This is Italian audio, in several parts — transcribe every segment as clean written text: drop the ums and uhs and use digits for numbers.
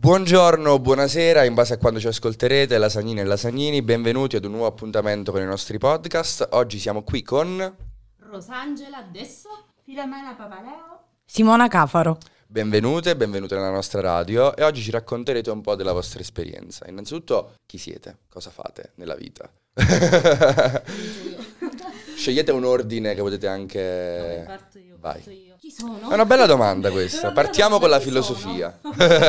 Buongiorno, buonasera, in base a quando ci ascolterete, lasagnine e lasagnini, benvenuti ad un nuovo appuntamento con i nostri podcast. Oggi siamo qui con Rosangela Adesso, Filomena Papaleo, Simona Cafaro. benvenute nella nostra radio e oggi ci racconterete un po' della vostra esperienza. Innanzitutto, chi siete? Cosa fate nella vita? Scegliete un ordine che potete anche... parto io. Vai. Chi sono? È una bella domanda questa, partiamo con la filosofia.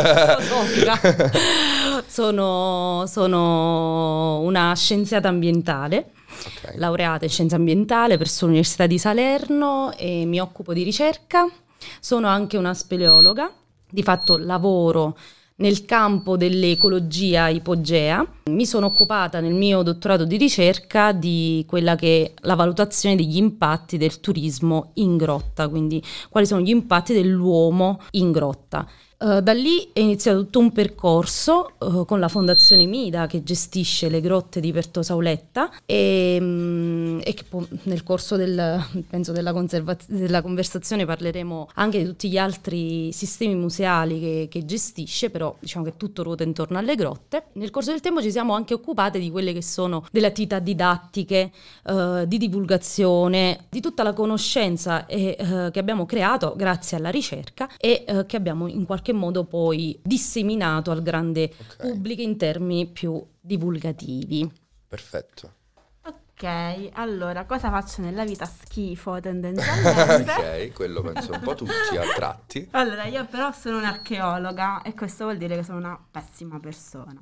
Sono una scienziata ambientale, Ok. laureata in scienza ambientale presso l'Università di Salerno e mi occupo di ricerca. Sono anche una speleologa, di fatto lavoro nel campo dell'ecologia ipogea. Mi sono occupata nel mio dottorato di ricerca di quella che è la valutazione degli impatti del turismo in grotta, quindi quali sono gli impatti dell'uomo in grotta. Da lì è iniziato tutto un percorso con la Fondazione Mida che gestisce le grotte di Pertosa Auletta e che poi nel corso della conversazione parleremo anche di tutti gli altri sistemi museali che gestisce, però diciamo che tutto ruota intorno alle grotte. Nel corso del tempo ci siamo anche occupate di quelle che sono delle attività didattiche, di divulgazione, di tutta la conoscenza che abbiamo creato grazie alla ricerca e che abbiamo in qualche modo poi disseminato al grande pubblico in termini più divulgativi. Perfetto. Ok, allora, cosa faccio nella vita? Schifo tendenzialmente. Ok, quello penso un po' tutti a tratti. Allora, io però sono un'archeologa e questo vuol dire che sono una pessima persona.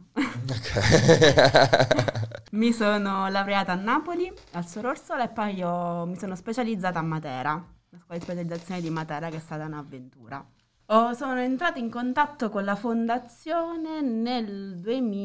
Ok. Mi sono laureata a Napoli, al Sor Orsola, e poi mi sono specializzata a Matera, la scuola di specializzazione di Matera, che è stata un'avventura. Sono entrata in contatto con la fondazione nel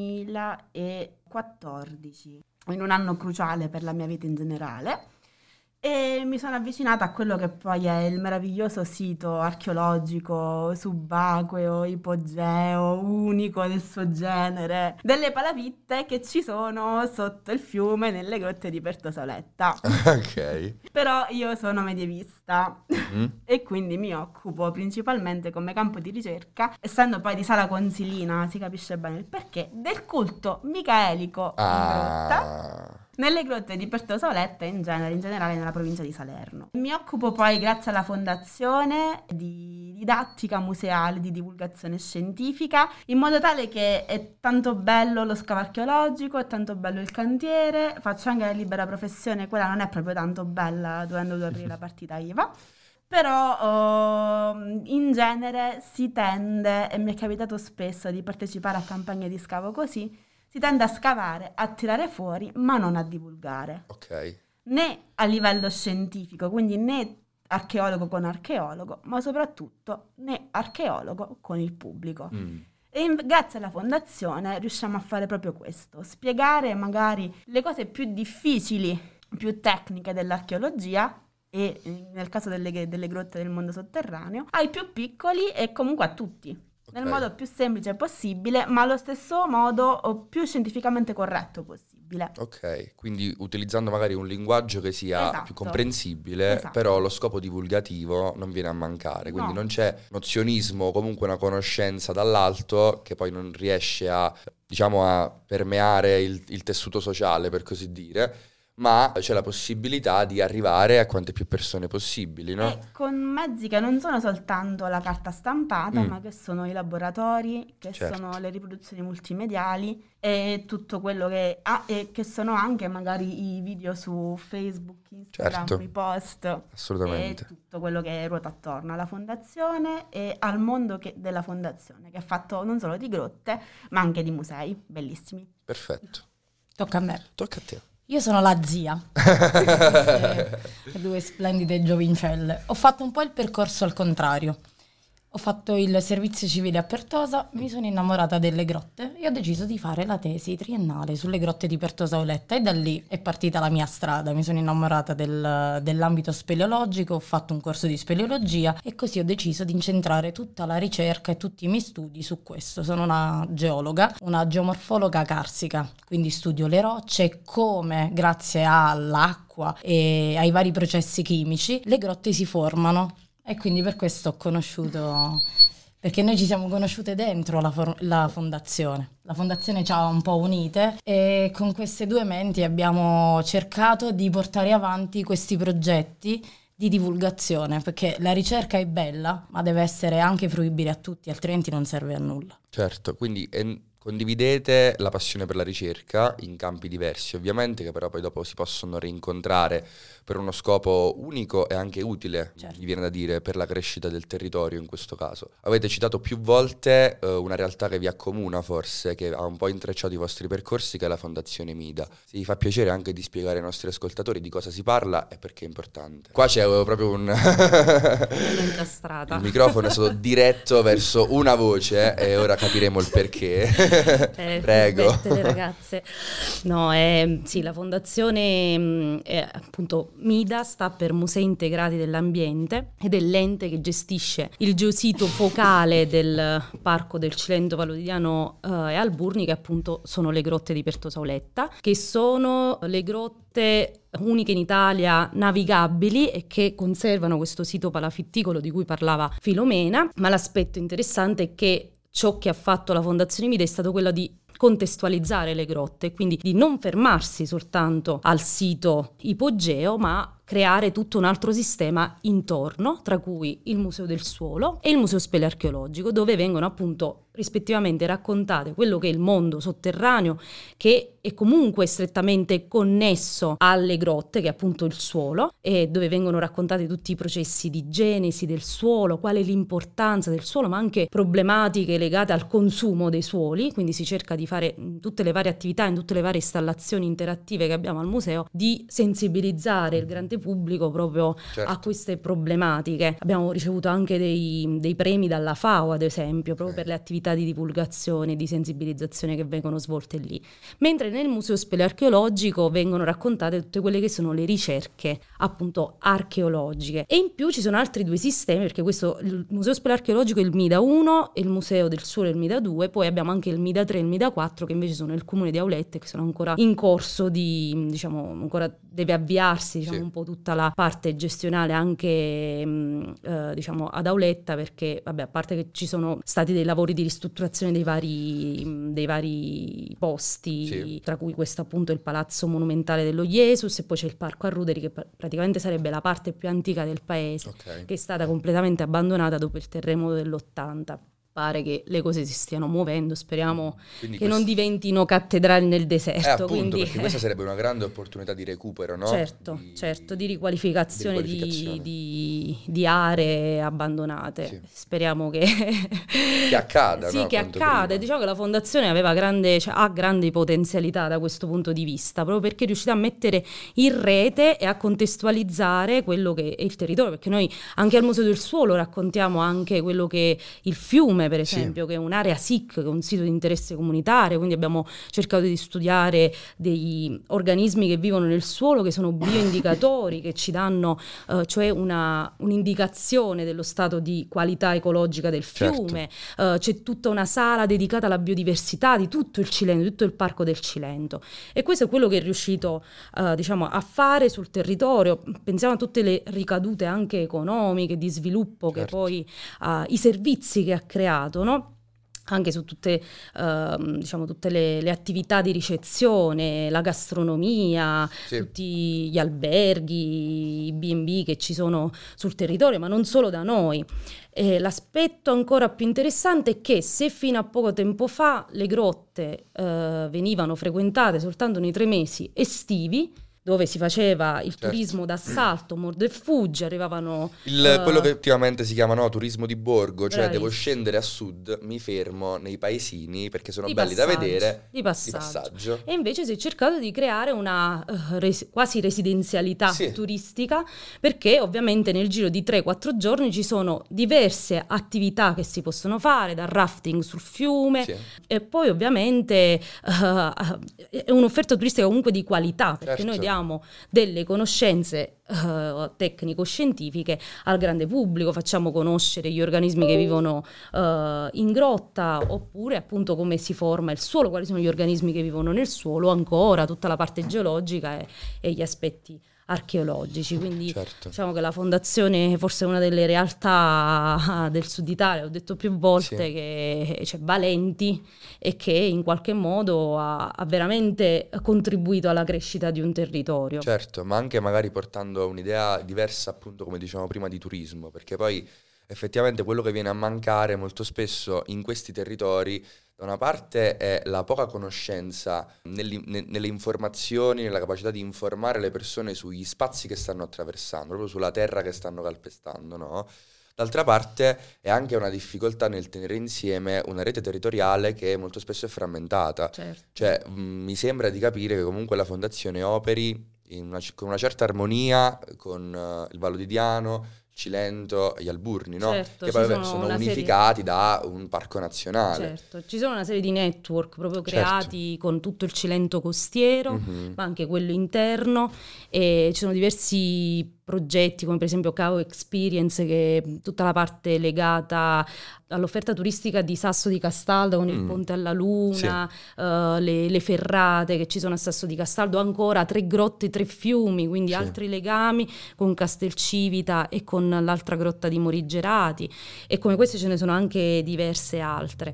2014, in un anno cruciale per la mia vita in generale, e mi sono avvicinata a quello che poi è il meraviglioso sito archeologico subacqueo, ipogeo, unico del suo genere, delle palafitte che ci sono sotto il fiume nelle grotte di Pertosa Auletta. Ok. Però io sono medievista Mm. e quindi mi occupo principalmente come campo di ricerca, essendo poi di Sala Consilina, si capisce bene il perché, del culto micaelico in grotta, nelle grotte di Pertosa Auletta e in generale nella provincia di Salerno. Mi occupo poi, grazie alla fondazione, di didattica museale, di divulgazione scientifica, in modo tale che è tanto bello lo scavo archeologico, è tanto bello il cantiere, faccio anche la libera professione, quella non è proprio tanto bella dovendo aprire la partita IVA. Però in genere si tende, e mi è capitato spesso di partecipare a campagne di scavo così, si tende a scavare, a tirare fuori, ma non a divulgare. Ok. Né a livello scientifico, quindi né archeologo con archeologo, ma soprattutto né archeologo con il pubblico. E grazie alla fondazione riusciamo a fare proprio questo, spiegare magari le cose più difficili, più tecniche dell'archeologia, e nel caso delle grotte del mondo sotterraneo, ai più piccoli e comunque a tutti. Nel modo più semplice possibile, ma allo stesso modo più scientificamente corretto possibile. Ok, quindi utilizzando magari un linguaggio che sia Esatto. più comprensibile, Esatto. però lo scopo divulgativo non viene a mancare, quindi No. non c'è nozionismo o comunque una conoscenza dall'alto che poi non riesce a, diciamo, a permeare il tessuto sociale, per così dire, ma c'è la possibilità di arrivare a quante più persone possibili, no? E con mezzi che non sono soltanto la carta stampata, ma che sono i laboratori, che Certo. sono le riproduzioni multimediali e tutto quello che e che sono anche magari i video su Facebook, Instagram, Certo. i post Assolutamente. e tutto quello che ruota attorno alla fondazione e al mondo della fondazione, che è fatto non solo di grotte, ma anche di musei bellissimi. Perfetto. Tocca a me. Tocca a te. Io sono la zia di queste due splendide giovincelle. Ho fatto un po' il percorso al contrario. Ho fatto il servizio civile a Pertosa, mi sono innamorata delle grotte e ho deciso di fare la tesi triennale sulle grotte di Pertosa Auletta e da lì è partita la mia strada. Mi sono innamorata dell'ambito speleologico, ho fatto un corso di speleologia e così ho deciso di incentrare tutta la ricerca e tutti i miei studi su questo. Sono una geologa, una geomorfologa carsica, quindi studio le rocce e come grazie all'acqua e ai vari processi chimici le grotte si formano. E quindi per questo ho conosciuto, perché noi ci siamo conosciute dentro la fondazione. La fondazione ci ha un po' unite e con queste due menti abbiamo cercato di portare avanti questi progetti di divulgazione, perché la ricerca è bella, ma deve essere anche fruibile a tutti, altrimenti non serve a nulla. Certo, quindi condividete la passione per la ricerca in campi diversi, ovviamente, che però poi dopo si possono rincontrare per uno scopo unico e anche utile, Certo. mi viene da dire, per la crescita del territorio in questo caso. Avete citato più volte una realtà che vi accomuna forse, che ha un po' intrecciato i vostri percorsi, che è la Fondazione Mida. Se vi fa piacere anche di spiegare ai nostri ascoltatori di cosa si parla e perché è importante. Qua c'è proprio incastrata. Il microfono è stato diretto verso una voce e ora capiremo il perché. Prego. Le ragazze. No, sì, la fondazione è appunto Mida, sta per Musei Integrati dell'Ambiente ed è l'ente che gestisce il geosito focale del Parco del Cilento Valodiano e Alburni, che appunto sono le grotte di Pertosauletta, che sono le grotte uniche in Italia navigabili e che conservano questo sito palafitticolo di cui parlava Filomena. Ma l'aspetto interessante è che ciò che ha fatto la Fondazione Mida è stato quello di contestualizzare le grotte, quindi di non fermarsi soltanto al sito ipogeo, ma creare tutto un altro sistema intorno, tra cui il Museo del Suolo e il Museo Spelearcheologico, dove vengono appunto rispettivamente raccontate quello che è il mondo sotterraneo, che è comunque strettamente connesso alle grotte, che è appunto il suolo, e dove vengono raccontati tutti i processi di genesi del suolo, qual è l'importanza del suolo, ma anche problematiche legate al consumo dei suoli. Quindi si cerca di fare in tutte le varie attività, in tutte le varie installazioni interattive che abbiamo al museo, di sensibilizzare il grande pubblico proprio a queste problematiche. Abbiamo ricevuto anche dei premi dalla FAO, ad esempio, proprio per le attività di divulgazione e di sensibilizzazione che vengono svolte lì. Mentre nel Museo Spelearcheologico vengono raccontate tutte quelle che sono le ricerche appunto archeologiche. E in più ci sono altri due sistemi, perché questo, il Museo Spelearcheologico è il Mida 1 e il Museo del Suolo è il Mida 2, poi abbiamo anche il Mida 3 e il Mida 4 che invece sono nel comune di Aulette, che sono ancora in corso di, diciamo, ancora deve avviarsi, diciamo, un po' tutta la parte gestionale anche diciamo ad Auletta, perché vabbè, a parte che ci sono stati dei lavori di ristrutturazione dei vari posti, tra cui questo appunto è il Palazzo Monumentale dello Jesus, e poi c'è il Parco a Ruderi, che praticamente sarebbe la parte più antica del paese, che è stata completamente abbandonata dopo il terremoto dell'80. Pare che le cose si stiano muovendo, speriamo che non diventino cattedrali nel deserto. Appunto, perché questa sarebbe una grande opportunità di recupero, no? Certo, di riqualificazione, di aree abbandonate. Speriamo che accada. Sì, che accada. Diciamo che la fondazione ha grandi potenzialità da questo punto di vista, proprio perché è riuscita a mettere in rete e a contestualizzare quello che è il territorio, perché noi anche al Museo del Suolo raccontiamo anche quello che è il fiume, per esempio, che è un'area SIC, che è un sito di interesse comunitario, quindi abbiamo cercato di studiare degli organismi che vivono nel suolo, che sono bioindicatori, che ci danno cioè un'indicazione dello stato di qualità ecologica del fiume. C'è tutta una sala dedicata alla biodiversità di tutto il Cilento, tutto il Parco del Cilento, e questo è quello che è riuscito diciamo a fare sul territorio. Pensiamo a tutte le ricadute anche economiche, di sviluppo, che poi i servizi che ha creato, no? Anche su tutte, diciamo, tutte le attività di ricezione, la gastronomia, tutti gli alberghi, i B&B che ci sono sul territorio, ma non solo da noi. E l'aspetto ancora più interessante è che se fino a poco tempo fa le grotte venivano frequentate soltanto nei 3 mesi estivi, dove si faceva il turismo d'assalto, mordo e fuggi, arrivavano... quello che ultimamente si chiama turismo di borgo, cioè devo scendere a sud, mi fermo nei paesini perché sono belli da vedere, di passaggio. E invece si è cercato di creare una quasi residenzialità turistica, perché ovviamente nel giro di 3-4 giorni ci sono diverse attività che si possono fare, dal rafting sul fiume, e poi ovviamente è un'offerta turistica comunque di qualità, perché noi diamo delle conoscenze tecnico-scientifiche al grande pubblico, facciamo conoscere gli organismi che vivono in grotta, oppure appunto come si forma il suolo, quali sono gli organismi che vivono nel suolo, ancora tutta la parte geologica e gli aspetti archeologici, quindi certo. diciamo che la fondazione forse è una delle realtà del Sud Italia, ho detto più volte, Sì. che c'è valenti e che in qualche modo ha veramente contribuito alla crescita di un territorio. Certo, ma anche magari portando un'idea diversa, appunto, come dicevamo prima, di turismo, perché poi effettivamente quello che viene a mancare molto spesso in questi territori, da una parte, è la poca conoscenza nelle informazioni, nella capacità di informare le persone sugli spazi che stanno attraversando, proprio sulla terra che stanno calpestando, no? D'altra parte è anche una difficoltà nel tenere insieme una rete territoriale che molto spesso è frammentata. Certo. Cioè, mi sembra di capire che comunque la fondazione operi con una certa armonia con il Vallo di Diano, il Cilento e gli Alburni, no? Certo, che ci poi sono unificati da un parco nazionale. Certo, ci sono una serie di network proprio Certo. creati con tutto il Cilento costiero, Mhm. ma anche quello interno, e ci sono diversi progetti come per esempio Cao Experience, che è tutta la parte legata all'offerta turistica di Sasso di Castaldo con il Ponte alla Luna, le ferrate che ci sono a Sasso di Castaldo, ancora 3 grotte, 3 fiumi, quindi Sì. altri legami con Castelcivita e con l'altra grotta di Morigerati, e come queste ce ne sono anche diverse altre.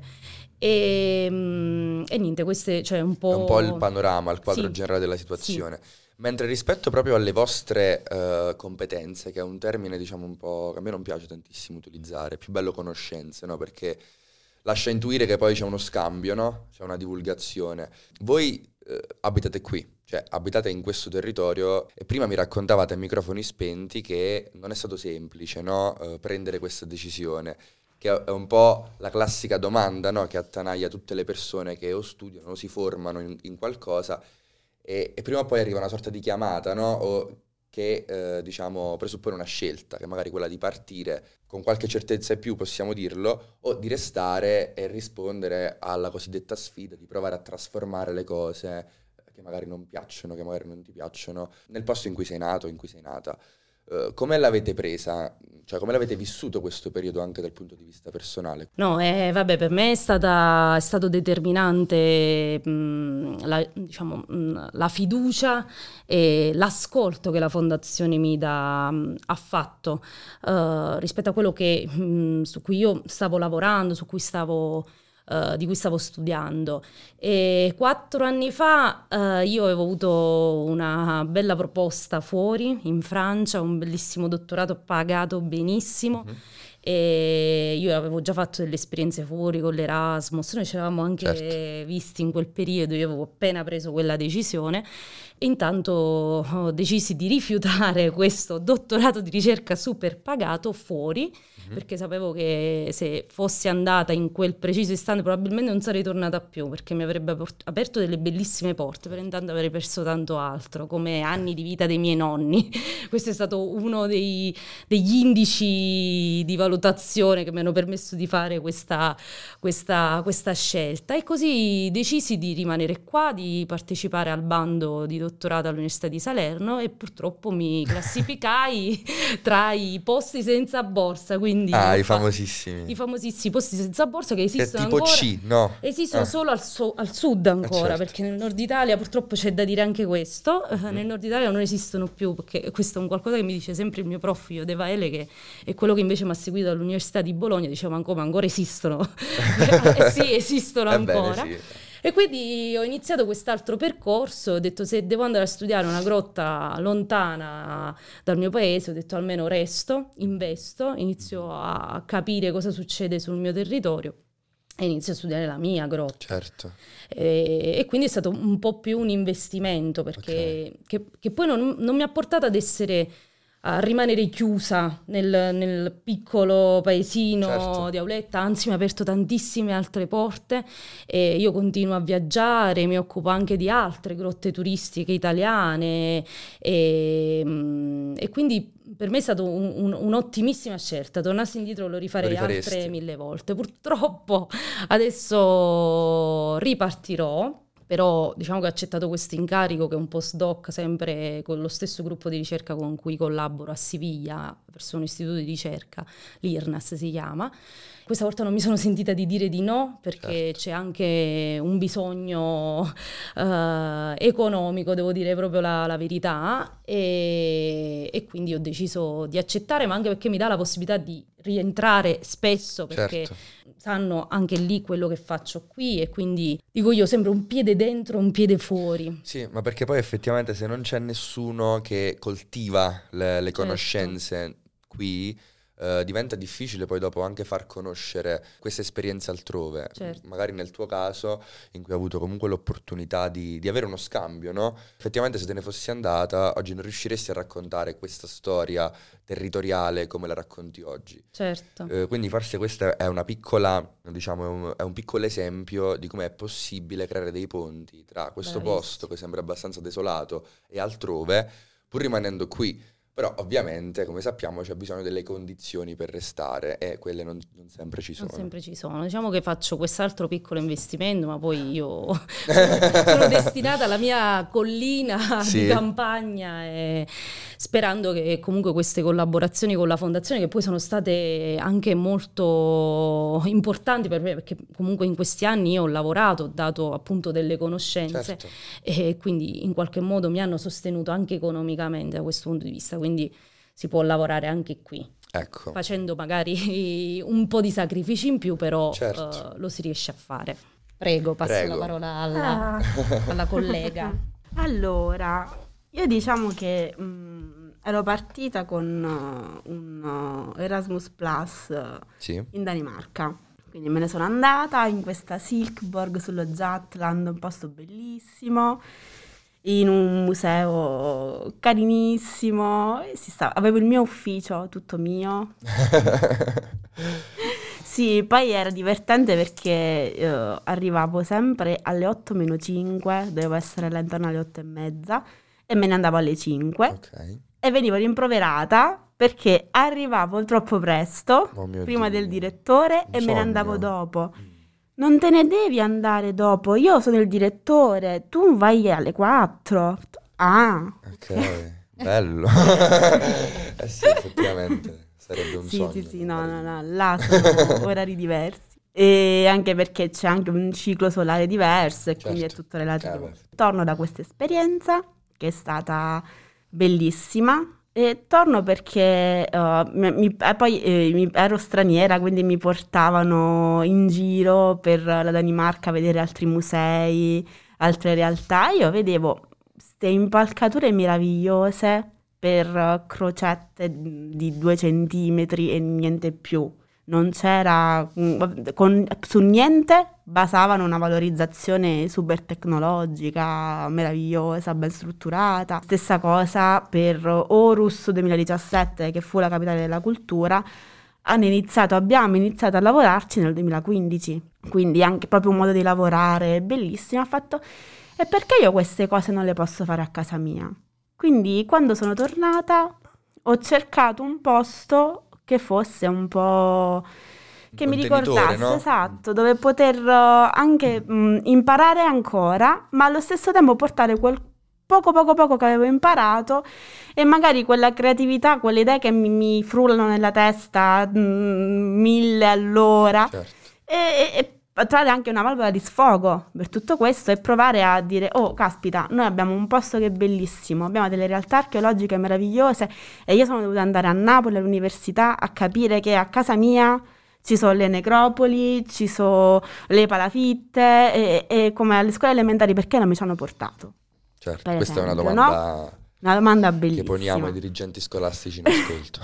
E niente, queste, cioè un po'... È un po' il panorama, il quadro Sì, generale della situazione. Mentre rispetto proprio alle vostre competenze, che è un termine, diciamo, un po' che a me non piace tantissimo utilizzare, è più bello conoscenze, no? Perché lascia intuire che poi c'è uno scambio, no? C'è una divulgazione. Voi abitate qui, cioè abitate in questo territorio, e prima mi raccontavate a microfoni spenti che non è stato semplice, no? Prendere questa decisione, che è un po' la classica domanda, no? Che attanaglia tutte le persone che o studiano o si formano in qualcosa, e prima o poi arriva una sorta di chiamata, no? O che diciamo presuppone una scelta, che magari quella di partire con qualche certezza in più, possiamo dirlo, o di restare e rispondere alla cosiddetta sfida di provare a trasformare le cose che magari non piacciono, che magari non ti piacciono, nel posto in cui sei nato, in cui sei nata. Come l'avete presa? Cioè, come l'avete vissuto questo periodo anche dal punto di vista personale? No, vabbè, per me è stato determinante la fiducia e l'ascolto che la Fondazione Mida ha fatto rispetto a quello su cui io stavo lavorando, di cui stavo studiando. E 4 anni fa io avevo avuto una bella proposta fuori, in Francia, un bellissimo dottorato pagato benissimo. Mhm. E io avevo già fatto delle esperienze fuori con l'Erasmus, noi ci eravamo anche Certo. visti in quel periodo, io avevo appena preso quella decisione. E intanto decisi di rifiutare questo dottorato di ricerca super pagato fuori, perché sapevo che se fossi andata in quel preciso istante probabilmente non sarei tornata più, perché mi avrebbe aperto delle bellissime porte, per intanto avrei perso tanto altro, come anni di vita dei miei nonni. Questo è stato uno degli indici di valutazione che mi hanno permesso di fare questa scelta, e così decisi di rimanere qua, di partecipare al bando di dottorato all'Università di Salerno, e purtroppo mi classificai tra i posti senza borsa, quindi I famosissimi. i famosissimi posti senza borsa che esistono Che tipo ancora. C, no? Esistono solo al sud ancora, certo. perché nel nord Italia purtroppo c'è da dire anche questo, nel nord Italia non esistono più, perché questo è un qualcosa che mi dice sempre il mio prof De Vaele, che è quello che invece mi ha seguito all'Università di Bologna, diceva ancora esistono. Sì, esistono ancora. Bene, sì. E quindi ho iniziato quest'altro percorso, ho detto se devo andare a studiare una grotta lontana dal mio paese, ho detto almeno resto, investo, inizio a capire cosa succede sul mio territorio e inizio a studiare la mia grotta. Certo. E quindi è stato un po' più un investimento, perché che poi non mi ha portato a rimanere chiusa nel piccolo paesino Certo. di Auletta, anzi mi ha aperto tantissime altre porte, e io continuo a viaggiare, mi occupo anche di altre grotte turistiche italiane, e quindi per me è stata un'ottimissima scelta. Tornassi indietro lo rifarei altre 1000 volte. Purtroppo adesso ripartirò, però diciamo che ho accettato questo incarico, che è un postdoc sempre con lo stesso gruppo di ricerca con cui collaboro a Siviglia presso un istituto di ricerca, l'IRNAS si chiama. Questa volta non mi sono sentita di dire di no, perché c'è anche un bisogno economico, devo dire proprio la verità, e quindi ho deciso di accettare, ma anche perché mi dà la possibilità di rientrare spesso, perché sanno anche lì quello che faccio qui, e quindi dico io sempre un piede dentro, un piede fuori. Sì, ma perché poi effettivamente se non c'è nessuno che coltiva le conoscenze qui, diventa difficile poi dopo anche far conoscere queste esperienze altrove. Magari nel tuo caso, in cui hai avuto comunque l'opportunità di avere uno scambio, no? Effettivamente se te ne fossi andata, oggi non riusciresti a raccontare questa storia territoriale come la racconti oggi. Quindi forse questa è una piccola, diciamo, è un piccolo esempio di come è possibile creare dei ponti tra questo posto che sembra abbastanza desolato e altrove, pur rimanendo qui. Però ovviamente, come sappiamo, c'è bisogno delle condizioni per restare, e quelle non sempre ci sono. Non sempre ci sono. Diciamo che faccio quest'altro piccolo investimento, ma poi io sono destinata alla mia collina di campagna, e sperando che comunque queste collaborazioni con la fondazione, che poi sono state anche molto importanti per me, perché comunque in questi anni io ho lavorato, ho dato appunto delle conoscenze, e quindi in qualche modo mi hanno sostenuto anche economicamente da questo punto di vista. Quindi si può lavorare anche qui, facendo magari un po' di sacrifici in più, però lo si riesce a fare. Prego, passo la parola alla collega. Allora, io diciamo che ero partita con un Erasmus Plus in Danimarca. Quindi me ne sono andata in questa Silkeborg sullo Jutland, un posto bellissimo, in un museo carinissimo, avevo il mio ufficio tutto mio. Sì, poi era divertente perché arrivavo sempre alle 8:05, dovevo essere là intorno alle 8:30, e me ne andavo alle 5 e venivo rimproverata perché arrivavo troppo presto, prima del direttore, e me ne andavo dopo. Non te ne devi andare dopo, io sono il direttore, tu vai alle 4. Ok, bello. Sì, effettivamente sarebbe un sogno. Sì, no, là sono orari diversi. E anche perché c'è anche un ciclo solare diverso, e quindi è tutto relativo. Torno da questa esperienza, che è stata bellissima, e torno perché poi ero straniera, quindi mi portavano in giro per la Danimarca a vedere altri musei, altre realtà. Io vedevo queste impalcature meravigliose per crocette di 2 centimetri e niente più. Non c'era, su niente basavano una valorizzazione super tecnologica, meravigliosa, ben strutturata. Stessa cosa per Aarhus 2017, che fu la capitale della cultura. Abbiamo iniziato a lavorarci nel 2015, quindi anche proprio un modo di lavorare bellissimo. E perché io queste cose non le posso fare a casa mia? Quindi quando sono tornata ho cercato un posto che fosse un po', che mi ricordasse, no? Dove poter anche imparare ancora, ma allo stesso tempo portare quel poco che avevo imparato, e magari quella creatività, quelle idee che mi frullano nella testa 1000 all'ora, e trovare anche una valvola di sfogo per tutto questo, e provare a dire: oh caspita, noi abbiamo un posto che è bellissimo, abbiamo delle realtà archeologiche meravigliose, e io sono dovuta andare a Napoli all'università a capire che a casa mia ci sono le necropoli, ci sono le palafitte, e come alle scuole elementari perché non mi ci hanno portato? Certo, questa è una domanda, no? Una domanda bellissima che poniamo ai dirigenti scolastici in ascolto.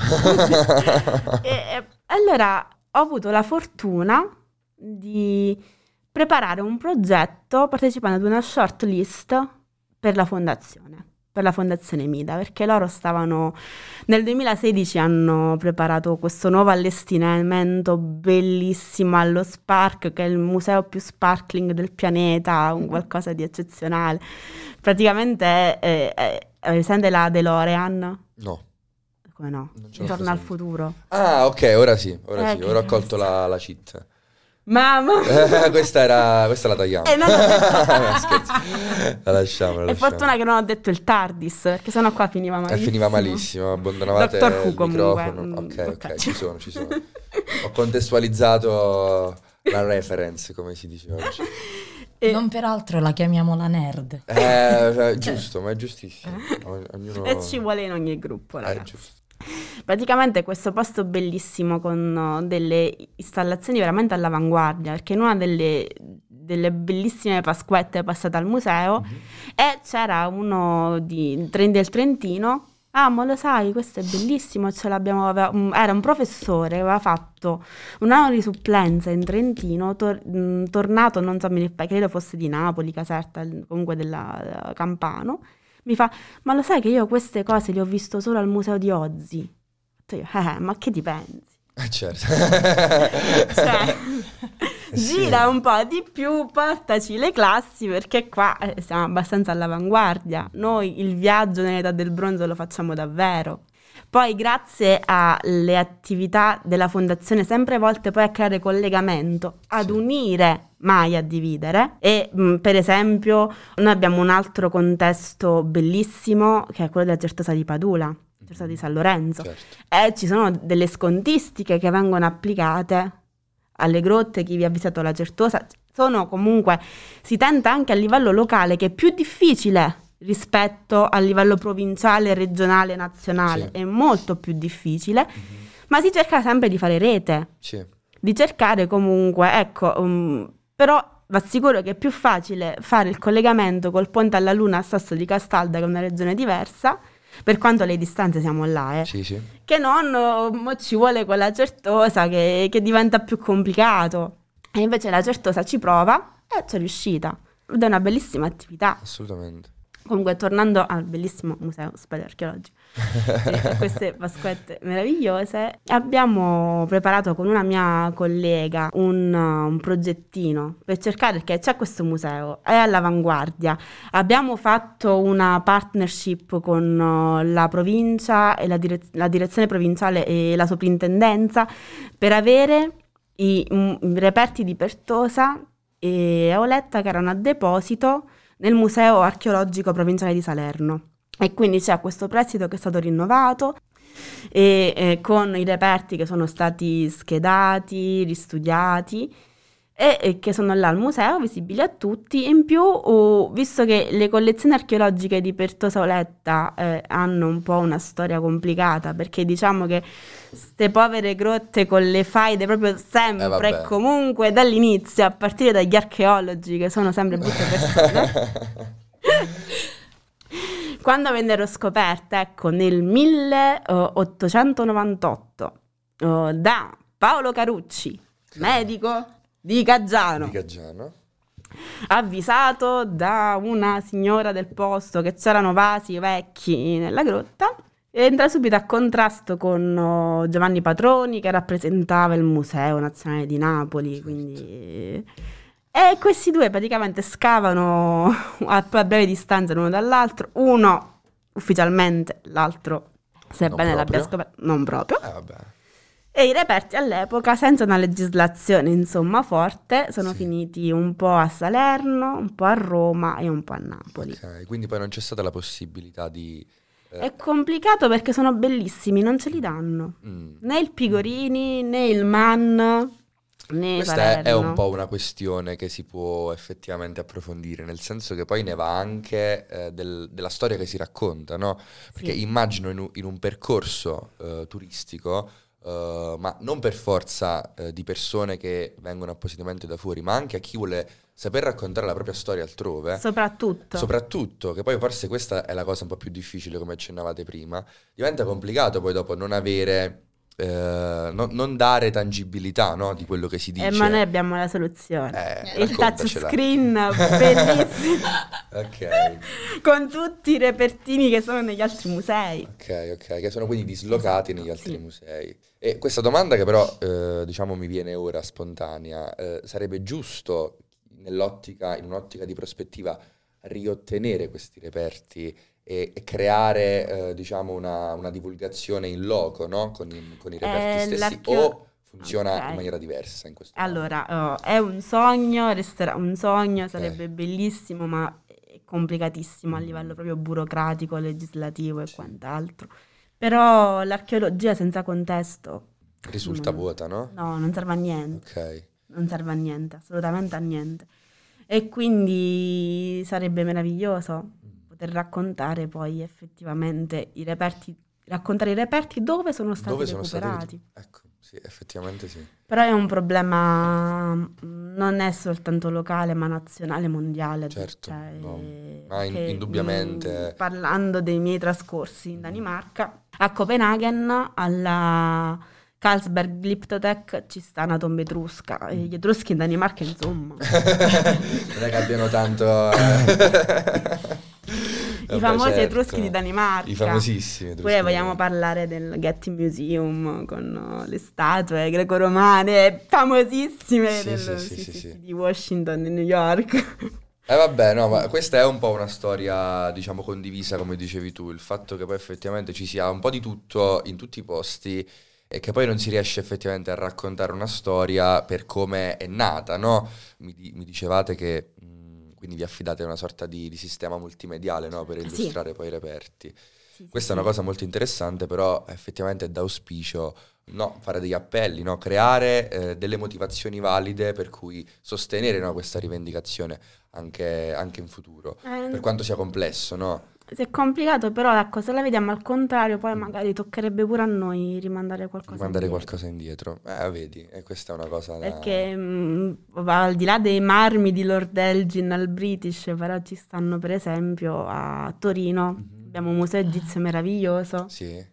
e allora ho avuto la fortuna di preparare un progetto partecipando ad una short list per la fondazione Mida, perché loro nel 2016 hanno preparato questo nuovo allestimento bellissimo allo Spark, che è il museo più sparkling del pianeta, un qualcosa di eccezionale. Praticamente sente la DeLorean? No. Come no? Torna al futuro. Ah, ok, ora ho colto la cheat. Mamma. Questa la tagliamo. Non ho detto... No, scherzo. La lasciamo. È fortuna che non ho detto il TARDIS, perché sennò qua finiva malissimo. Finiva malissimo, abbandonavate Dottor Who, il microfono. comunque. Ok, ci sono. Ho contestualizzato la reference, come si dice oggi. Non peraltro la chiamiamo la nerd. Giusto, ma è giustissimo. Ognuno... E ci vuole in ogni gruppo, ragazzi. Giusto. Praticamente questo posto bellissimo con delle installazioni veramente all'avanguardia, perché in una delle bellissime Pasquette passate al museo e c'era uno del Trentino. Ah, ma lo sai, questo è bellissimo, era un professore che aveva fatto un anno di supplenza in Trentino, tornato, non so, credo fosse di Napoli, Caserta, comunque della Campano. Mi fa, ma lo sai che io queste cose le ho visto solo al museo di Ozi? Io, ma che ti pensi? Certo. Cioè, Sì. gira un po' di più, portaci le classi, perché qua siamo abbastanza all'avanguardia. Noi il viaggio nell'età del bronzo lo facciamo davvero. Poi grazie alle attività della fondazione, sempre volte poi a creare collegamento, ad unire, mai a dividere. E per esempio noi abbiamo un altro contesto bellissimo che è quello della Certosa di Padula, Certosa di San Lorenzo. Certo. E ci sono delle scontistiche che vengono applicate alle grotte. Chi vi ha visitato la Certosa, sono comunque, si tenta anche a livello locale, che è più difficile rispetto al livello provinciale, regionale, nazionale, Sì. è molto più difficile, ma si cerca sempre di fare rete, Sì. di cercare comunque, ecco, però vi assicuro che è più facile fare il collegamento col Ponte alla Luna a Sasso di Castalda, che è una regione diversa, per quanto le distanze siamo là, Sì. che non mo ci vuole quella Certosa che diventa più complicato. E invece la Certosa ci prova e c'è riuscita. Ed è una bellissima attività. Assolutamente. Comunque, tornando al bellissimo museo spelearcheologico e a queste Pasquette meravigliose, abbiamo preparato con una mia collega un progettino per cercare, perché c'è questo museo, è all'avanguardia. Abbiamo fatto una partnership con la provincia e la direzione provinciale e la soprintendenza per avere i reperti di Pertosa e Auletta che erano a deposito nel Museo Archeologico Provinciale di Salerno. E quindi c'è questo prestito che è stato rinnovato e con i reperti che sono stati schedati, ristudiati e che sono là al museo, visibili a tutti. In più, visto che le collezioni archeologiche di Pertosa Auletta hanno un po' una storia complicata, perché diciamo che queste povere grotte con le faide proprio sempre e comunque dall'inizio, a partire dagli archeologi che sono sempre brutte persone, quando vennero scoperte, ecco, nel 1898 da Paolo Carucci, medico di Caggiano, avvisato da una signora del posto che c'erano vasi vecchi nella grotta, entra subito a contrasto con Giovanni Patroni, che rappresentava il Museo Nazionale di Napoli, quindi... E questi due praticamente scavano a breve distanza l'uno dall'altro, uno ufficialmente, l'altro, sebbene l'abbia scoperto, non proprio. E i reperti all'epoca, senza una legislazione insomma forte, sono finiti un po' a Salerno, un po' a Roma e un po' a Napoli. Ok, quindi poi non c'è stata la possibilità di... È complicato perché sono bellissimi, non ce li danno. Né il Pigorini, né il Man, né Questa Salerno. è un po' una questione che si può effettivamente approfondire, nel senso che poi ne va anche della storia che si racconta, no? Perché immagino in un percorso turistico, ma non per forza di persone che vengono appositamente da fuori, ma anche a chi vuole saper raccontare la propria storia altrove. Soprattutto, che poi forse questa è la cosa un po' più difficile, come accennavate prima, diventa complicato poi dopo non avere... non dare tangibilità, no, di quello che si dice. Ma noi abbiamo la soluzione, il raccontacela. Touchscreen bellissimo. Ok. Con tutti i repertini che sono negli altri musei. Ok, che sono quindi dislocati negli altri musei. E questa domanda che però diciamo mi viene ora spontanea, sarebbe giusto in un'ottica di prospettiva riottenere questi reperti e creare diciamo una divulgazione in loco, no? Con i reperti stessi, o funziona in maniera diversa in questo Allora, è un sogno, resterà un sogno, sarebbe bellissimo, ma è complicatissimo a livello proprio burocratico, legislativo e quant'altro. Però l'archeologia senza contesto risulta vuota, no? No, non serve a niente. Ok. Non serve a niente, assolutamente a niente. E quindi sarebbe meraviglioso poter raccontare poi effettivamente raccontare i reperti dove sono stati recuperati. Ecco, sì, effettivamente sì. Però è un problema, non è soltanto locale, ma nazionale, mondiale. Certo, Ma indubbiamente. Parlando dei miei trascorsi in Danimarca, a Copenaghen, alla Carlsberg Glyptotek ci sta una tomba etrusca. E gli etruschi in Danimarca, insomma. Non è che abbiano tanto... I famosi etruschi di Danimarca. I famosissimi etruschi. Poi vogliamo parlare del Getty Museum con le statue greco-romane famosissime di Washington e New York. Vabbè, no, ma questa è un po' una storia, diciamo, condivisa, come dicevi tu, il fatto che poi effettivamente ci sia un po' di tutto in tutti i posti e che poi non si riesce effettivamente a raccontare una storia per come è nata, no? Mi dicevate che quindi vi affidate a una sorta di sistema multimediale, no? Per illustrare poi i reperti. Questa è una cosa molto interessante, però effettivamente è d'auspicio fare degli appelli, no? Creare delle motivazioni valide per cui sostenere, no, questa rivendicazione anche in futuro, per quanto sia complesso, no? È complicato, però ecco, se la vediamo al contrario, poi magari toccherebbe pure a noi rimandare qualcosa indietro. Vedi, e questa è una cosa perché al di là dei marmi di Lord Elgin al British, però ci stanno per esempio a Torino, abbiamo un museo egizio meraviglioso. Sì.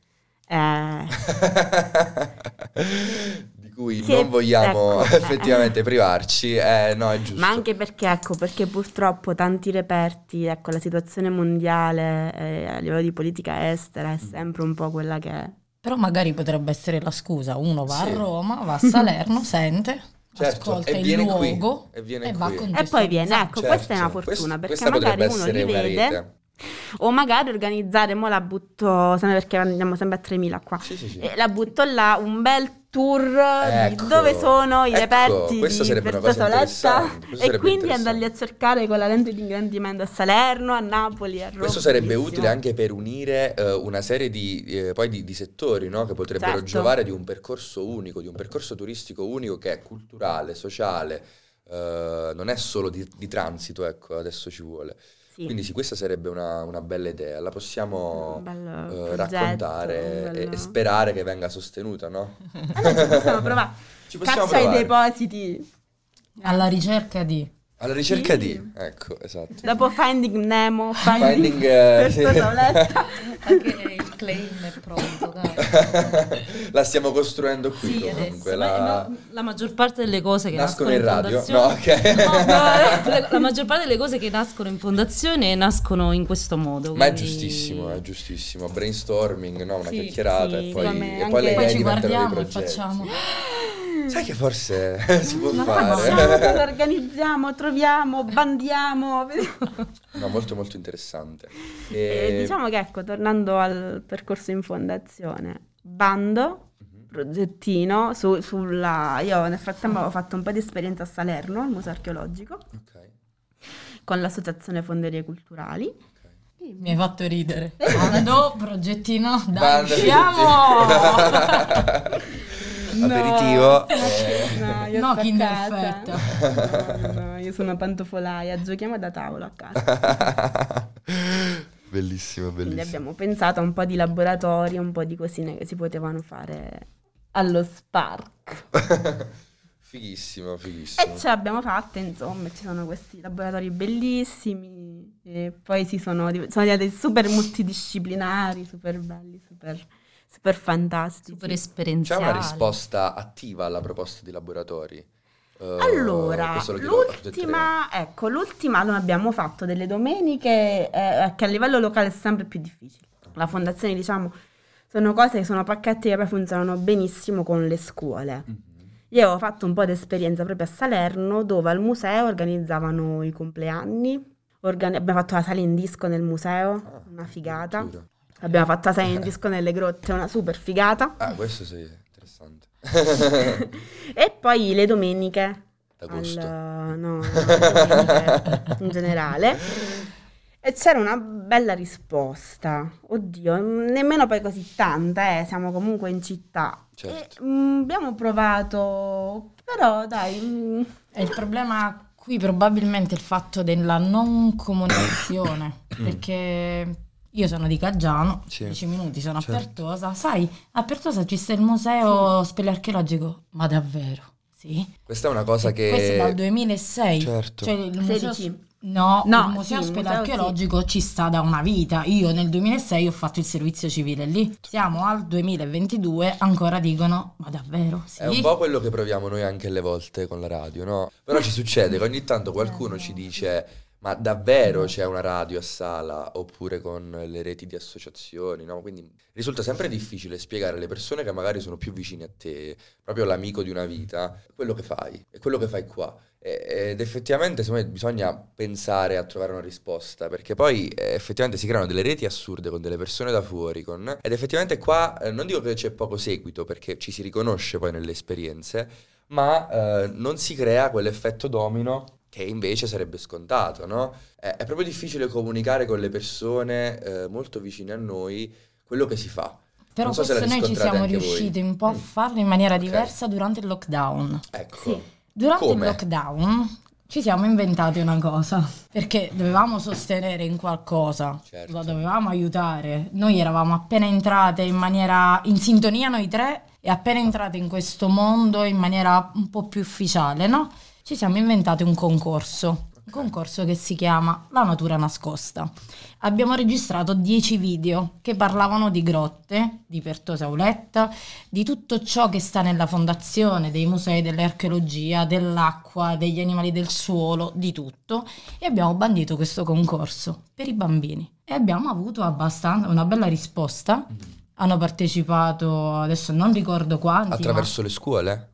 Di cui che, non vogliamo effettivamente privarci, no, è giusto. Ma anche perché purtroppo tanti reperti, ecco, la situazione mondiale a livello di politica estera è sempre un po' quella che è. Però magari potrebbe essere la scusa, uno va a Roma, va a Salerno, sente, ascolta il luogo e va con e poi viene, ecco, questa è una fortuna, perché magari uno li vede. O magari organizzare, mo la butto, perché andiamo sempre a 3.000 qua, la butto là, un bel tour di dove sono i reperti di Pertosoletta e quindi andarli a cercare con la lente di ingrandimento a Salerno, a Napoli, a Roma. Questo sarebbe utile anche per unire una serie di settori, no? Che potrebbero giovare di un percorso unico, di un percorso turistico unico che è culturale, sociale, non è solo di transito, ecco, adesso ci vuole. Quindi questa sarebbe una bella idea, la possiamo raccontare e sperare che venga sostenuta, no? Allora ci possiamo provare. Caccia ai depositi. Alla ricerca di... ecco, esatto. Dopo Finding Nemo, Finding Pertosoletta. Anche il claim è pronto, dai. La stiamo costruendo qui comunque. La maggior parte delle cose che nascono in radio. La maggior parte delle cose che nascono in fondazione nascono in questo modo. Ma è giustissimo. Brainstorming, no? Una chiacchierata e poi le idee ci diventano guardiamo dei e progetti. facciamo... Sai che forse si può fare. Lo organizziamo, troviamo, bandiamo. No, molto molto interessante. Diciamo che ecco, tornando al percorso in fondazione, bando, progettino, io nel frattempo avevo fatto un po' di esperienza a Salerno, al Museo Archeologico, con l'associazione Fonderie Culturali. Mi hai fatto ridere. Bando, progettino, dai, usciamo! Aperitivo. No, Kinderfetta. No, io sono pantofolaia, giochiamo da tavolo a casa. Bellissimo. Quindi abbiamo pensato a un po' di laboratori, un po' di cosine che si potevano fare allo Spark. Fighissimo. E ce l'abbiamo fatte, insomma, ci sono questi laboratori bellissimi e poi sono diventati super multidisciplinari, super belli, super fantastici, super esperienziali. C'è una risposta attiva alla proposta di laboratori? Allora, l'ultima noi abbiamo fatto delle domeniche che a livello locale è sempre più difficile. La fondazione, diciamo, sono cose che sono pacchetti che poi funzionano benissimo con le scuole. Io avevo fatto un po' di esperienza proprio a Salerno, dove al museo organizzavano i compleanni. Abbiamo fatto la sala in disco nel museo, una figata. Abbiamo fatto la sala in disco nelle grotte, una super figata. Questo sì, interessante. Interessante. E poi le domeniche. D'agosto. No, in generale. E c'era una bella risposta. Oddio, nemmeno poi così tanta, siamo comunque in città. Certo. E, abbiamo provato, però dai. E il problema qui probabilmente è il fatto della non comunicazione, perché io sono di Caggiano, 10 minuti sono a Pertosa. Sai, a Pertosa ci sta il museo spelearcheologico, ma davvero? Sì. Questa è una cosa che... Questo è dal 2006. Certo. Cioè il museo... 16. No, il museo sì, spelearcheologico ci sta da una vita. Io nel 2006 ho fatto il servizio civile lì. Siamo al 2022, ancora dicono, ma davvero? Sì. È un po' quello che proviamo noi anche alle volte con la radio, no? Però ci succede che ogni tanto qualcuno ci dice... Ma davvero c'è una radio a Sala, oppure con le reti di associazioni, no? Quindi risulta sempre difficile spiegare alle persone che magari sono più vicine a te, proprio l'amico di una vita, quello che fai, e quello che fai qua. Ed effettivamente secondo me bisogna pensare a trovare una risposta, perché poi effettivamente si creano delle reti assurde con delle persone da fuori, ed effettivamente qua non dico che c'è poco seguito, perché ci si riconosce poi nelle esperienze, ma non si crea quell'effetto domino che invece sarebbe scontato, no? È proprio difficile comunicare con le persone molto vicine a noi quello che si fa. Però non so questo se noi ci siamo riusciti un po' a farlo in maniera diversa durante il lockdown. Ecco. Sì. Durante il lockdown ci siamo inventati una cosa, perché dovevamo sostenere in qualcosa, lo dovevamo aiutare. Noi eravamo appena entrate in sintonia noi tre, e appena entrate in questo mondo in maniera un po' più ufficiale, no? Ci siamo inventati un concorso che si chiama La Natura Nascosta. Abbiamo registrato 10 video che parlavano di grotte, di Pertosa Auletta, di tutto ciò che sta nella fondazione, dei musei, dell'archeologia, dell'acqua, degli animali del suolo, di tutto, e abbiamo bandito questo concorso per i bambini e abbiamo avuto una bella risposta. Hanno partecipato, adesso non ricordo quanti. Attraverso le scuole?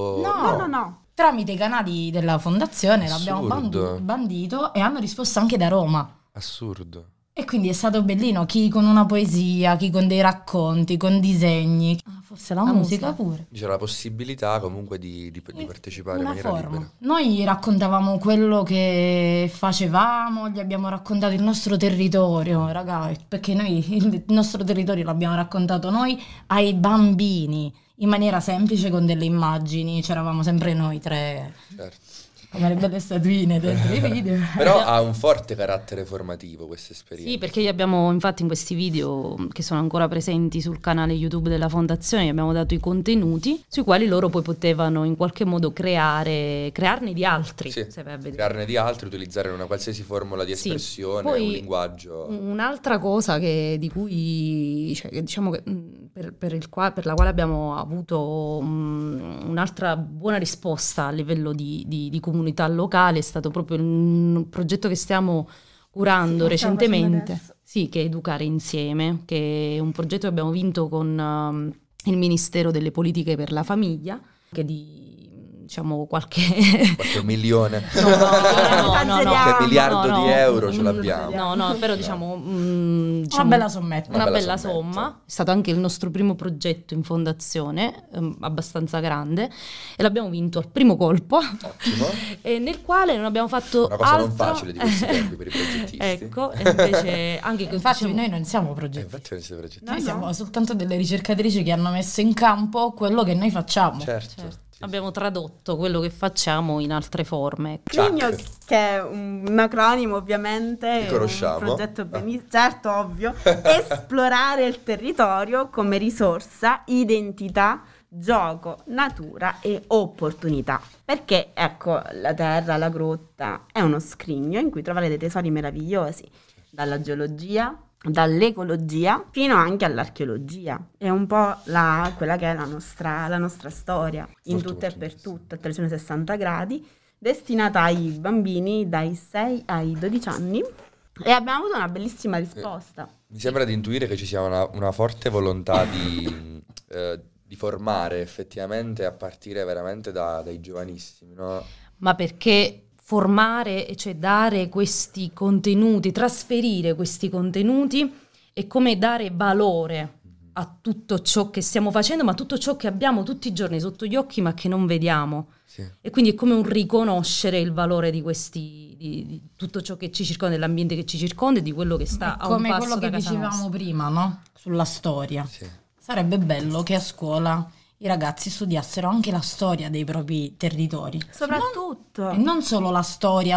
No. Tramite i canali della fondazione l'abbiamo bandito e hanno risposto anche da Roma. Assurdo. E quindi è stato bellino, chi con una poesia, chi con dei racconti, con disegni. Forse la musica pure. C'era la possibilità comunque di partecipare in maniera libera. Noi raccontavamo quello che facevamo, gli abbiamo raccontato il nostro territorio, ragazzi, perché noi il nostro territorio l'abbiamo raccontato noi ai bambini, in maniera semplice con delle immagini, c'eravamo sempre noi tre. Certo. Come le belle statuine dentro i video. Però ha un forte carattere formativo questa esperienza. Sì, perché gli abbiamo, infatti in questi video che sono ancora presenti sul canale YouTube della Fondazione, gli abbiamo dato i contenuti sui quali loro poi potevano in qualche modo crearne di altri. Sì, crearne di altri, utilizzare una qualsiasi formula di espressione, poi un linguaggio. Un'altra cosa diciamo che per la quale abbiamo avuto un'altra buona risposta a livello di comunità locale è stato proprio il progetto che stiamo curando recentemente, che è Educare Insieme, che è un progetto che abbiamo vinto con il Ministero delle Politiche per la Famiglia, che qualche milione, qualche miliardo di euro ce l'abbiamo. No, però una bella sommetta. Una bella somma. È stato anche il nostro primo progetto in fondazione, abbastanza grande, e l'abbiamo vinto al primo colpo. Ottimo. E nel quale non abbiamo fatto una cosa non facile di questi tempi per i progettisti. Ecco, e invece anche infatti noi non siamo progettisti. Noi siamo soltanto delle ricercatrici che hanno messo in campo quello che noi facciamo. Certo. Abbiamo tradotto quello che facciamo in altre forme. Crigno, che è un acronimo ovviamente, che conosciamo. Un progetto certo, ovvio, esplorare il territorio come risorsa, identità, gioco, natura e opportunità. Perché ecco, la terra, la grotta è uno scrigno in cui trovare dei tesori meravigliosi, dalla geologia, dall'ecologia fino anche all'archeologia. È un po' quella che è la nostra storia, in tutto e per tutto, a 360 gradi, destinata ai bambini dai 6 ai 12 anni, e abbiamo avuto una bellissima risposta. Mi sembra di intuire che ci sia una forte volontà di formare effettivamente a partire veramente dai giovanissimi, no? Ma perché formare, cioè dare questi contenuti, trasferire questi contenuti, è come dare valore a tutto ciò che stiamo facendo, ma tutto ciò che abbiamo tutti i giorni sotto gli occhi ma che non vediamo. Sì. E quindi è come un riconoscere il valore di questi, di tutto ciò che ci circonda, dell'ambiente che ci circonda e di quello che sta a un passo da casa nostra. Come quello che dicevamo prima, no? Sulla storia. Sì. Sarebbe bello che a scuola i ragazzi studiassero anche la storia dei propri territori. Soprattutto. E non solo la storia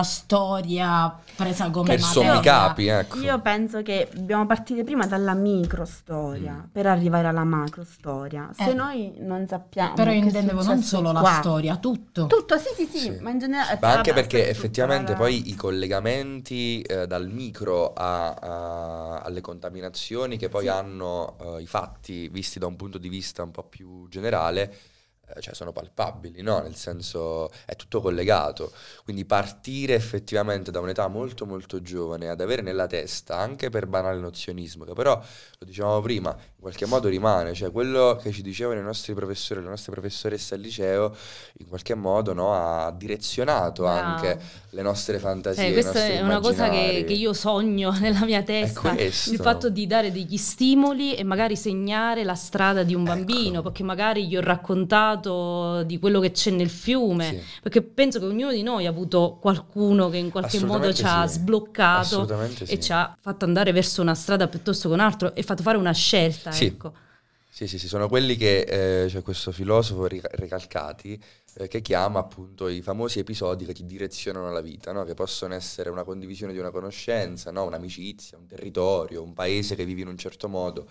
presa come sommi capi, ecco. Io penso che dobbiamo partire prima dalla microstoria per arrivare alla macrostoria. Se noi non sappiamo. Però intendevo non solo la storia, tutto. Tutto, sì. Ma in generale. Ma anche perché effettivamente poi i collegamenti dal micro alle contaminazioni che poi hanno i fatti visti da un punto di vista un po' più generale, cioè sono palpabili, no? Nel senso è tutto collegato, quindi partire effettivamente da un'età molto molto giovane ad avere nella testa, anche per banale nozionismo, che però lo dicevamo prima, in qualche modo rimane, cioè quello che ci dicevano i nostri professori, le nostre professoresse al liceo, in qualche modo, no, ha direzionato anche le nostre fantasie, questa è una cosa che io sogno nella mia testa, il fatto di dare degli stimoli e magari segnare la strada di un bambino, perché magari gli ho raccontato di quello che c'è nel fiume, perché penso che ognuno di noi ha avuto qualcuno che in qualche modo ci ha sbloccato e ci ha fatto andare verso una strada piuttosto che un altro e fatto fare una scelta, ecco. Sì, sono quelli che c'è questo filosofo Recalcati che chiama appunto i famosi episodi che ti direzionano la vita, no? Che possono essere una condivisione di una conoscenza, no? Un'amicizia, un territorio, un paese che vivi in un certo modo.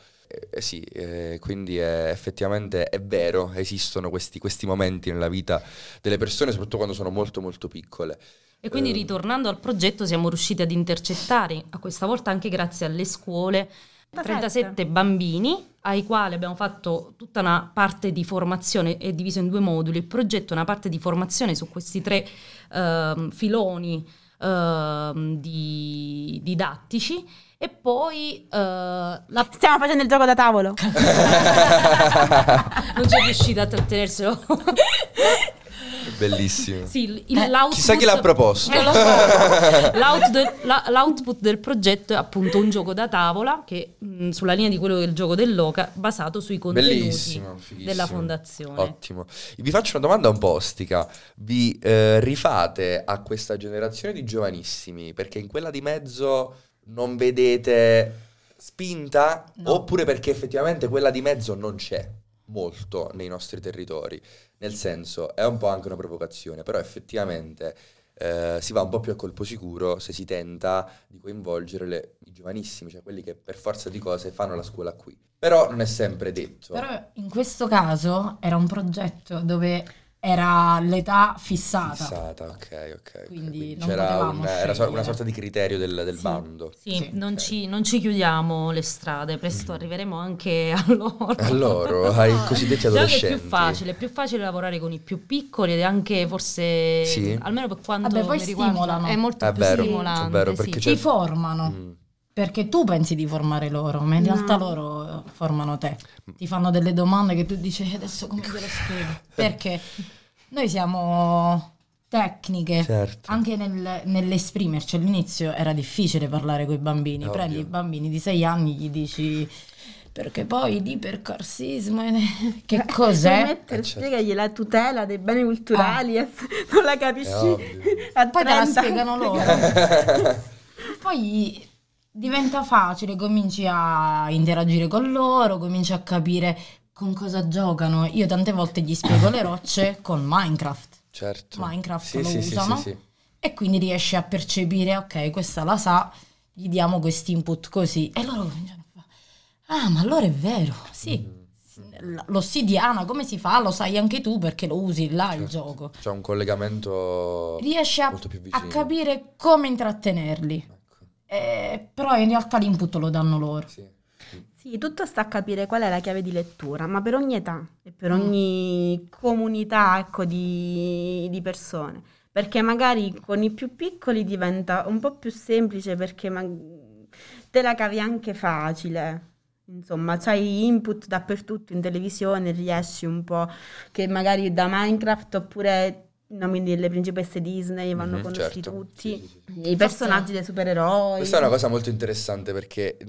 Quindi effettivamente è vero, esistono questi momenti nella vita delle persone, soprattutto quando sono molto molto piccole. E quindi ritornando al progetto siamo riusciti ad intercettare, a questa volta anche grazie alle scuole, 37 bambini ai quali abbiamo fatto tutta una parte di formazione, è diviso in 2 moduli, il progetto è una parte di formazione su questi 3 filoni didattici e poi stiamo facendo il gioco da tavolo. Non c'è riuscita a trattenerselo. Bellissimo. Sì, chissà chi l'ha proposto. Non lo so. L'output del progetto è appunto un gioco da tavola che sulla linea di quello del gioco dell'Oca, basato sui contenuti della fondazione. Ottimo. Vi faccio una domanda un po' ostica. Vi rifate a questa generazione di giovanissimi perché in quella di mezzo non vedete spinta? No. Oppure perché effettivamente quella di mezzo non c'è molto nei nostri territori? Nel senso, è un po' anche una provocazione, però effettivamente si va un po' più a colpo sicuro se si tenta di coinvolgere i giovanissimi, cioè quelli che per forza di cose fanno la scuola qui. Però non è sempre detto. Però in questo caso era un progetto dove era l'età fissata. Ok. Quindi c'era era una sorta di criterio del bando. Sì, non ci chiudiamo le strade, presto arriveremo anche a loro. Ai cosiddetti adolescenti. È più facile lavorare con i più piccoli ed è anche forse, almeno per quanto poi mi riguarda, è molto più stimolante. È vero, perché ti formano. Perché tu pensi di formare loro, ma in realtà loro formano te. Ti fanno delle domande che tu dici adesso come te lo spiego? Perché noi siamo tecniche, anche nell'esprimerci. All'inizio era difficile parlare con i bambini. Prendi i bambini di 6 anni, gli dici perché poi l'ipercarsismo che cos'è? Spiegagli la tutela dei beni culturali, non la capisci. Poi te la spiegano loro. Poi diventa facile, cominci a interagire con loro, cominci a capire con cosa giocano. Io tante volte gli spiego le rocce con Minecraft. Certo. Minecraft lo usano. E quindi riesci a percepire, ok, questa la sa, gli diamo questi input così. E loro cominciano a fare, ma allora è vero, sì. L'ossidiana come si fa? Lo sai anche tu perché lo usi là il gioco. C'è un collegamento. Riesci molto più vicino. A capire come intrattenerli. Però in realtà l'input lo danno loro. Sì, tutto sta a capire qual è la chiave di lettura, ma per ogni età e per ogni comunità, ecco, di persone. Perché magari con i più piccoli diventa un po' più semplice perché te la cavi anche facile. Insomma, c'hai input dappertutto in televisione, riesci un po' che magari da Minecraft oppure i nomi delle principesse Disney vanno conosciuti tutti, i personaggi dei supereroi. Questa è una cosa molto interessante perché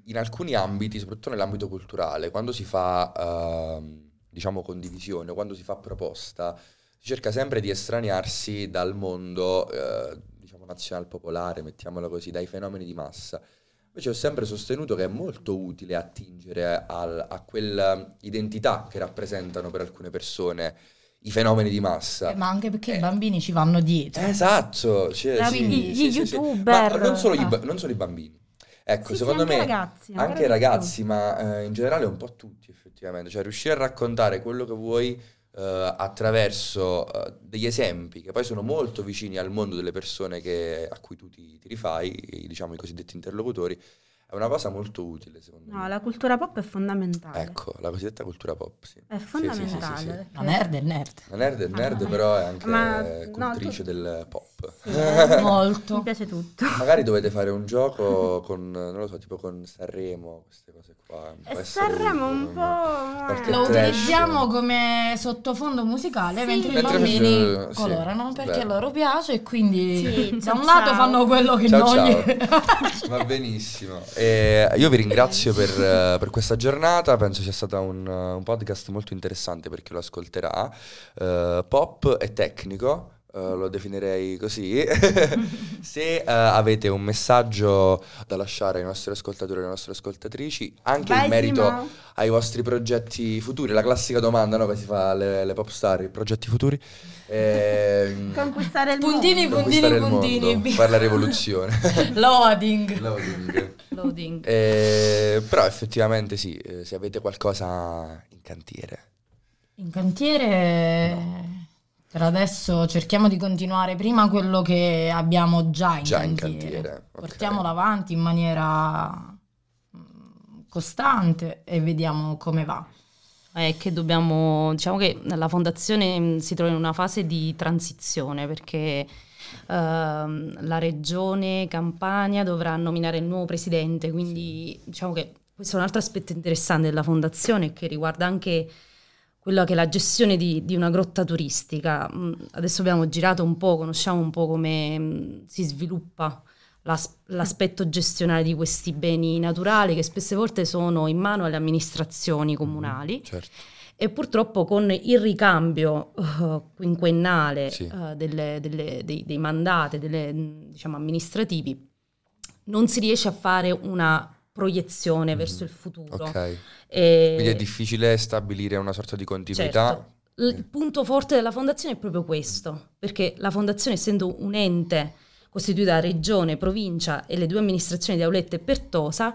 in alcuni ambiti, soprattutto nell'ambito culturale, quando si fa, diciamo, condivisione, quando si fa proposta, si cerca sempre di estraniarsi dal mondo, diciamo, nazional popolare, mettiamola così, dai fenomeni di massa. Invece ho sempre sostenuto che è molto utile attingere a quella identità che rappresentano per alcune persone i fenomeni di massa. Ma anche perché i bambini ci vanno dietro. Esatto. Gli youtuber. Ma non solo i bambini. Ecco, secondo me anche i ragazzi, ma in generale un po' tutti effettivamente. Cioè riuscire a raccontare quello che vuoi attraverso degli esempi che poi sono molto vicini al mondo delle persone a cui tu ti rifai, diciamo i cosiddetti interlocutori, è una cosa molto utile, secondo me. No, la cultura pop è fondamentale. Ecco, la cosiddetta cultura pop, sì. È fondamentale. Sì. La nerd è nerd. La nerd è nerd, però è anche cultrice del pop. Sì, molto. Mi piace tutto. Magari dovete fare un gioco con, non lo so, tipo con Sanremo, queste cose qua. Sanremo un po'... Lo utilizziamo come sottofondo musicale mentre i bambini colorano perché a loro piace e quindi da un lato fanno quello che noi... Va benissimo. Io vi ringrazio per questa giornata, penso sia stato un podcast molto interessante per chi lo ascolterà, pop e tecnico, lo definirei così. Se avete un messaggio da lasciare ai nostri ascoltatori e alle nostre ascoltatrici, anche in merito ai vostri progetti futuri, la classica domanda, no, che si fa alle pop star, i progetti futuri, conquistare il puntini, mondo, fare la rivoluzione. Loading. Però effettivamente sì, se avete qualcosa in cantiere no. Per adesso cerchiamo di continuare prima quello che abbiamo già in cantiere. Portiamolo avanti in maniera costante e vediamo come va. È che diciamo che la fondazione si trova in una fase di transizione perché la regione Campania dovrà nominare il nuovo presidente, quindi diciamo che questo è un altro aspetto interessante della fondazione che riguarda anche quella che è la gestione di una grotta turistica. Adesso abbiamo girato un po', conosciamo un po' come si sviluppa l'aspetto gestionale di questi beni naturali che spesse volte sono in mano alle amministrazioni comunali. Certo. E purtroppo con il ricambio quinquennale dei mandati, diciamo amministrativi, non si riesce a fare una proiezione verso il futuro. Okay. Quindi è difficile stabilire una sorta di continuità. Certo. Il punto forte della fondazione è proprio questo, perché la fondazione, essendo un ente costituito da regione, provincia e le due amministrazioni di Auletta e Pertosa,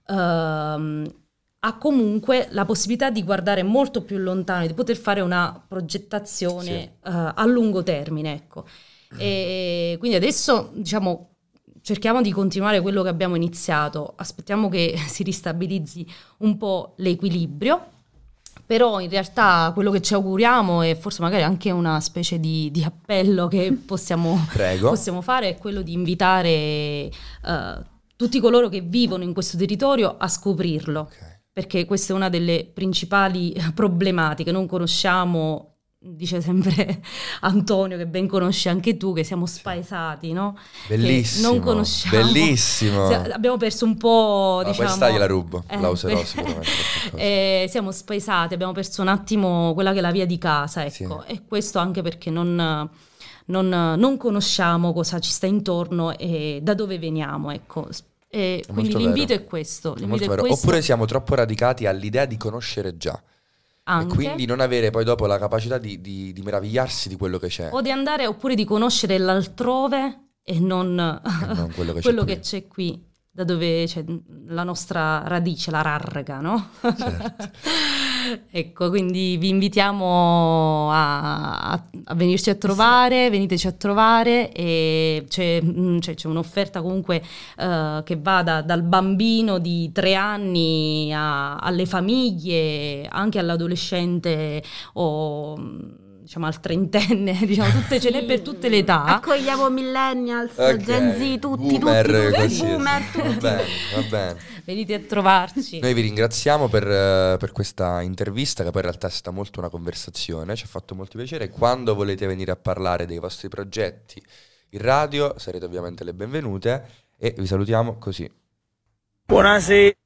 ha comunque la possibilità di guardare molto più lontano, di poter fare una progettazione a lungo termine, ecco. E quindi adesso, diciamo, cerchiamo di continuare quello che abbiamo iniziato, aspettiamo che si ristabilizzi un po' l'equilibrio, però in realtà quello che ci auguriamo e forse magari anche una specie di appello che possiamo fare è quello di invitare tutti coloro che vivono in questo territorio a scoprirlo, perché questa è una delle principali problematiche, non conosciamo. Dice sempre Antonio, che ben conosci anche tu, che siamo spaesati, no? Bellissimo, che non conosciamo. Bellissimo. Abbiamo perso un po', diciamo... Questa gliela rubo, la userò sicuramente. Siamo spaesati, abbiamo perso un attimo quella che è la via di casa, ecco. Sì. E questo anche perché non conosciamo cosa ci sta intorno e da dove veniamo, ecco. E quindi l'invito è questo. Oppure siamo troppo radicati all'idea di conoscere già. Anche. E quindi non avere poi dopo la capacità di meravigliarsi di quello che c'è. O di andare, oppure di conoscere l'altrove e non quello che c'è qui, da dove c'è la nostra radice, la rarga, no? Certo. Ecco, quindi vi invitiamo a venirci a trovare, veniteci a trovare, e c'è un'offerta comunque che va dal bambino di 3 anni alle famiglie, anche all'adolescente o diciamo al trentenne, diciamo tutte ce n'è per tutte le età. Accogliamo millennials, Gen Z, tutti boomer, tutti. Va bene. Venite a trovarci. Noi vi ringraziamo per questa intervista, che poi in realtà è stata molto una conversazione, ci ha fatto molto piacere. Quando volete venire a parlare dei vostri progetti in radio sarete ovviamente le benvenute, e vi salutiamo così. Buonasera.